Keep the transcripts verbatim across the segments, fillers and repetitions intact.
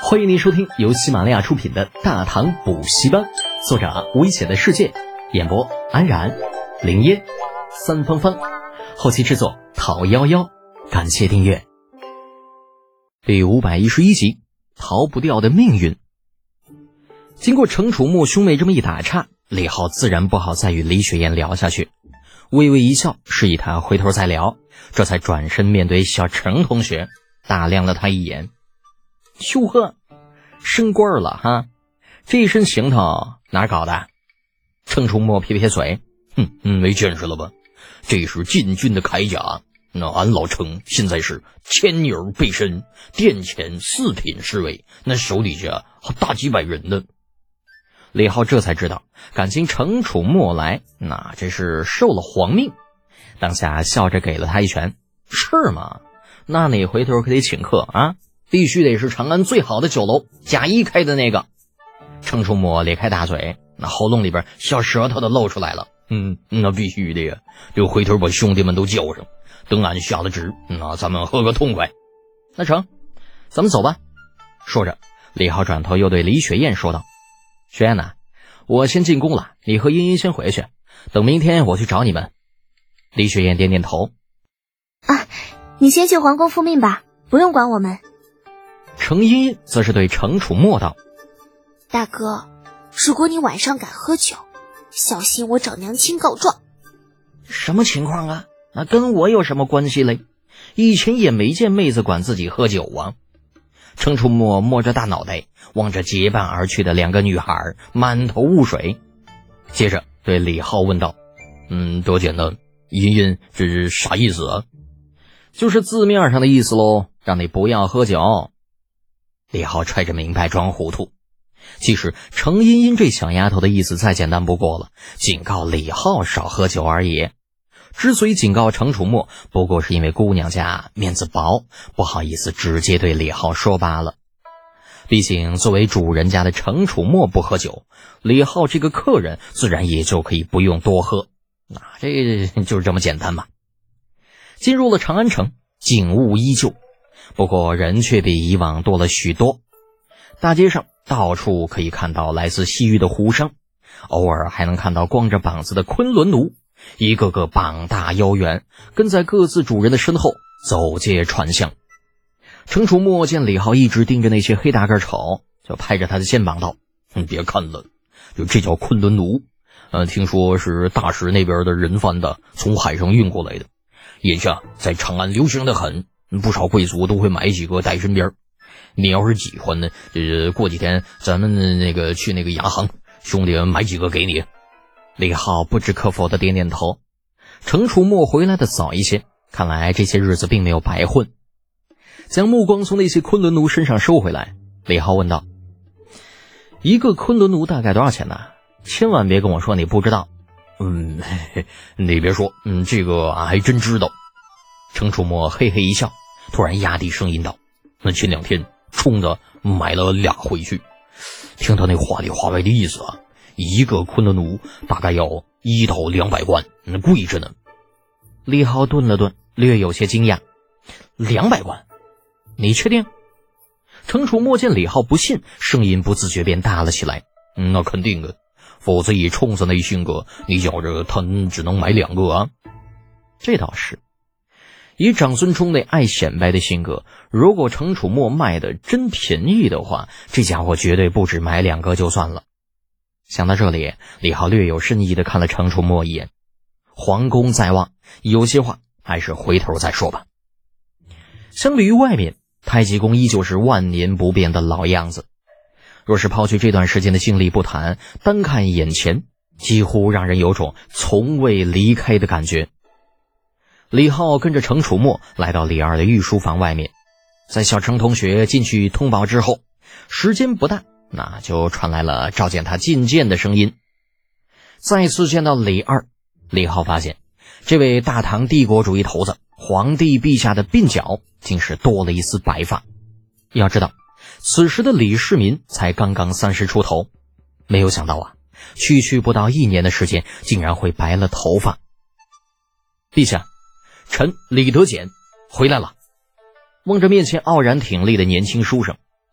欢迎您收听由喜马拉雅出品的《大唐补习班》，作者危险的世界，演播安然、林烟、三芳芳，后期制作陶幺幺。感谢订阅。第五百一十一集，逃不掉的命运。经过程楚墨兄妹这么一打岔，李浩自然不好再与李雪燕聊下去，微微一笑，示意他回头再聊，这才转身面对小程同学，打量了他一眼。哟呵，升官了哈，这一身行头哪儿搞的？程楚墨撇撇嘴，哼，没见识了吧？这是禁军的铠甲，那俺老程现在是千牛背身，殿前四品侍卫，那手底下大几百人呢。李浩这才知道，感情程楚墨来，那这是受了皇命。当下笑着给了他一拳。是吗？那你回头可得请客啊，必须得是长安最好的酒楼贾一开的那个。程楚墨咧开大嘴，那喉咙里边小舌头都露出来了。嗯，那必须的呀，就回头把兄弟们都叫上，等俺下了职，那咱们喝个痛快。那成，咱们走吧。说着，李浩转头又对李雪燕说道：雪燕呐，我先进宫了，你和茵茵先回去，等明天我去找你们。李雪燕点点头。 啊，你先去皇宫复命吧，不用管我们。 程茵茵则是对程楚墨道： 大哥，如果你晚上敢喝酒，小心我找娘亲告状。 什么情况啊？那跟我有什么关系嘞？以前也没见妹子管自己喝酒啊。程楚墨摸着大脑袋，望着结伴而去的两个女孩，满头雾水。接着对李浩问道：嗯，多简单，茵茵这是啥意思啊？就是字面上的意思喽，让你不要喝酒。李浩揣着明白装糊涂。其实程茵茵这小丫头的意思再简单不过了，警告李浩少喝酒而已。之所以警告程楚墨，不过是因为姑娘家面子薄，不好意思直接对李浩说罢了。毕竟作为主人家的程楚墨不喝酒，李浩这个客人自然也就可以不用多喝，那这就是这么简单嘛。进入了长安城，景物依旧，不过人却比以往多了许多。大街上到处可以看到来自西域的胡商，偶尔还能看到光着膀子的昆仑奴，一个个膀大腰圆，跟在各自主人的身后走街串巷。程楚墨见李浩一直盯着那些黑大个瞅，就拍着他的肩膀道：你别看了，就这叫昆仑奴，呃，听说是大石那边的人贩的，从海上运过来的，眼下在长安流行的很，不少贵族都会买几个带身边。你要是喜欢呢，呃，过几天咱们那个去那个牙行，兄弟买几个给你。李浩不知可否的点点头。程楚墨回来的早一些，看来这些日子并没有白混。将目光从那些昆仑奴身上收回来，李浩问道：一个昆仑奴大概多少钱呢？千万别跟我说你不知道。嗯，嘿嘿，你别说，嗯，这个俺还真知道。程楚墨嘿嘿一笑，突然压低声音道：那前两天冲着买了俩回去，听他那话里话外的意思啊，一个昆仑奴大概要一到两百贯，那贵着呢。李浩顿了顿，略有些惊讶：两百贯？你确定？程楚墨见李浩不信，声音不自觉便大了起来：嗯，那肯定的，否则以冲子那性格，你觉着他只能买两个啊？这倒是。以长孙冲那爱显摆的性格，如果程楚墨卖的真便宜的话，这家伙绝对不止买两个就算了。想到这里，李浩略有深意地看了程楚墨一眼。皇宫在望，有些话还是回头再说吧。相比于外面，太极宫依旧是万年不变的老样子。若是抛去这段时间的经历不谈，单看眼前，几乎让人有种从未离开的感觉。李浩跟着程楚墨来到李二的御书房外面，在小程同学进去通报之后，时间不大，那就传来了召见他觐见的声音。再次见到李二，李浩发现这位大唐帝国主义头子皇帝陛下的鬓角竟是多了一丝白发。要知道此时的李世民才刚刚三十出头，没有想到啊，区区不到一年的时间竟然会白了头发。陛下，臣李德简回来了。望着面前傲然挺立的年轻书生，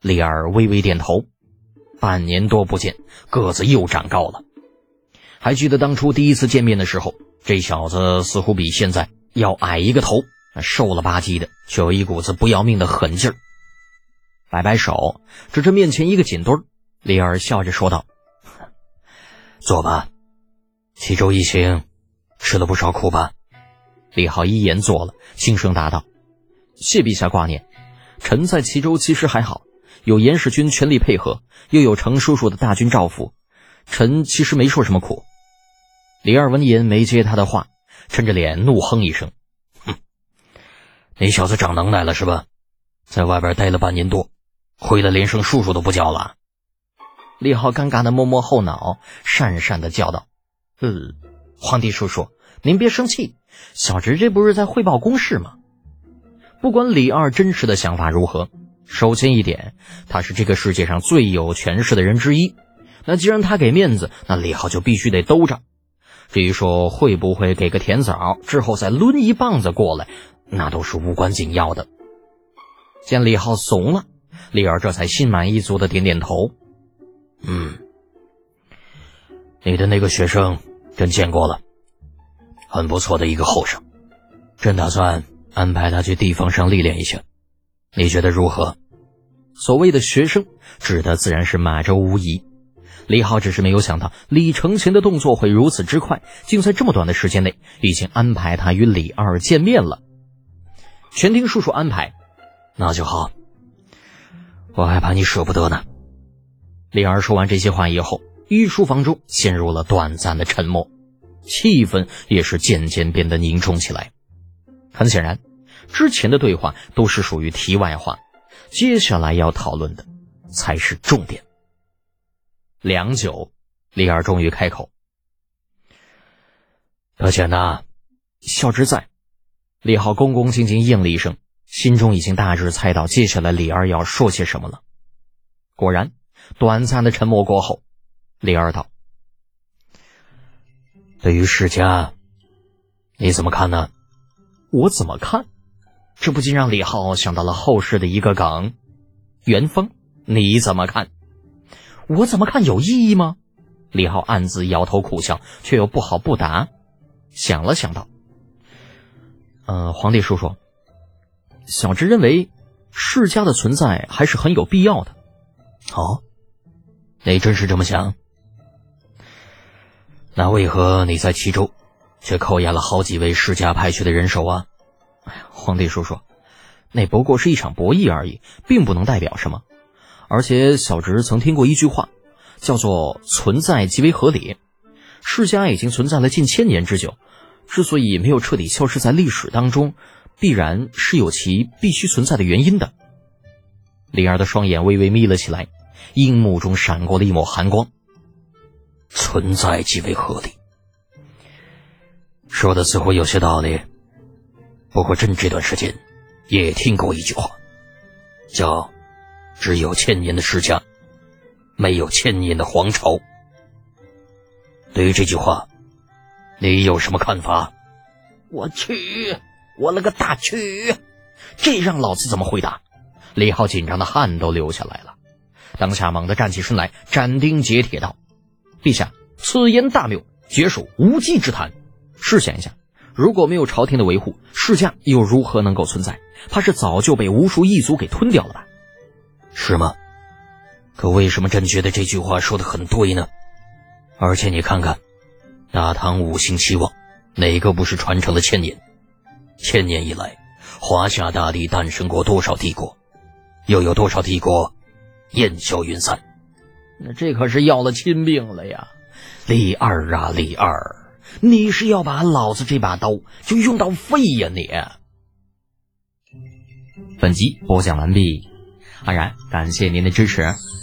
李二微微点头，半年多不见，个子又长高了。还记得当初第一次见面的时候，这小子似乎比现在要矮一个头，瘦了吧唧的，却有一股子不要命的狠劲儿。摆摆手，指着面前一个紧墩儿，李二笑着说道：坐吧，齐州一行吃了不少苦吧？李浩一言坐了，轻声答道：谢陛下挂念，臣在齐州其实还好，有严使君全力配合，又有程叔叔的大军照拂，臣其实没受什么苦。李二闻言没接他的话，抻着脸怒哼一声：哼，你小子长能耐了是吧？在外边待了半年多，回来连声叔叔都不叫了。李浩尴尬地摸摸后脑，讪讪地叫道：呃，皇帝叔叔，您别生气，小侄这不是在汇报公事吗？不管李二真实的想法如何，首先一点，他是这个世界上最有权势的人之一，那既然他给面子，那李浩就必须得兜着。至于说会不会给个甜枣之后再抡一棒子过来，那都是无关紧要的。见李浩怂了，李二这才心满意足的点点头：嗯，你的那个学生朕见过了，很不错的一个后生，朕打算安排他去地方上历练一下，你觉得如何？所谓的学生指的自然是马周无疑。李浩只是没有想到李承前的动作会如此之快，竟在这么短的时间内已经安排他与李二见面了。全听叔叔安排，那就好，我还怕你舍不得呢。李二说完这些话以后，御书房中陷入了短暂的沉默，气氛也是渐渐变得凝重起来。很显然，之前的对话都是属于题外话，接下来要讨论的才是重点。良久，李二终于开口：德简呐，小侄在。李浩恭恭敬敬应了一声，心中已经大致猜到接下来李二要说些什么了。果然，短暂的沉默过后，李二道：对于世家，你怎么看呢？我怎么看？这不禁让李浩想到了后世的一个梗：元丰，你怎么看？我怎么看有意义吗？李浩暗自摇头苦笑，却又不好不答。想了想道：呃，皇帝叔叔，小侄认为世家的存在还是很有必要的。哦，你真是这么想？那为何你在齐州却扣押了好几位世家派去的人手啊？哎呀，皇帝叔叔，那不过是一场博弈而已，并不能代表什么。而且小侄曾听过一句话，叫做存在即为合理。世家已经存在了近千年之久，之所以没有彻底消失在历史当中，必然是有其必须存在的原因的。李二的双眼微微眯了起来，樱目中闪过了一抹寒光。存在即为合理，说的似乎有些道理。不过朕这段时间也听过一句话，叫只有千年的世家，没有千年的皇朝。对于这句话，你有什么看法？我去，我了个大去！这让老子怎么回答？李浩紧张的汗都流下来了，当下猛地站起身来，斩钉截铁道：陛下，此言大谬，绝属无稽之谈。试想一下，如果没有朝廷的维护，世家又如何能够存在？怕是早就被无数异族给吞掉了吧？是吗？可为什么朕觉得这句话说得很对呢？而且你看看，大唐五星七望，哪个不是传承了千年？千年以来，华夏大地诞生过多少帝国，又有多少帝国烟消云散？那这可是要了亲命了呀！李二啊李二，你是要把老子这把刀就用到废呀你！本集播讲完毕，安然感谢您的支持。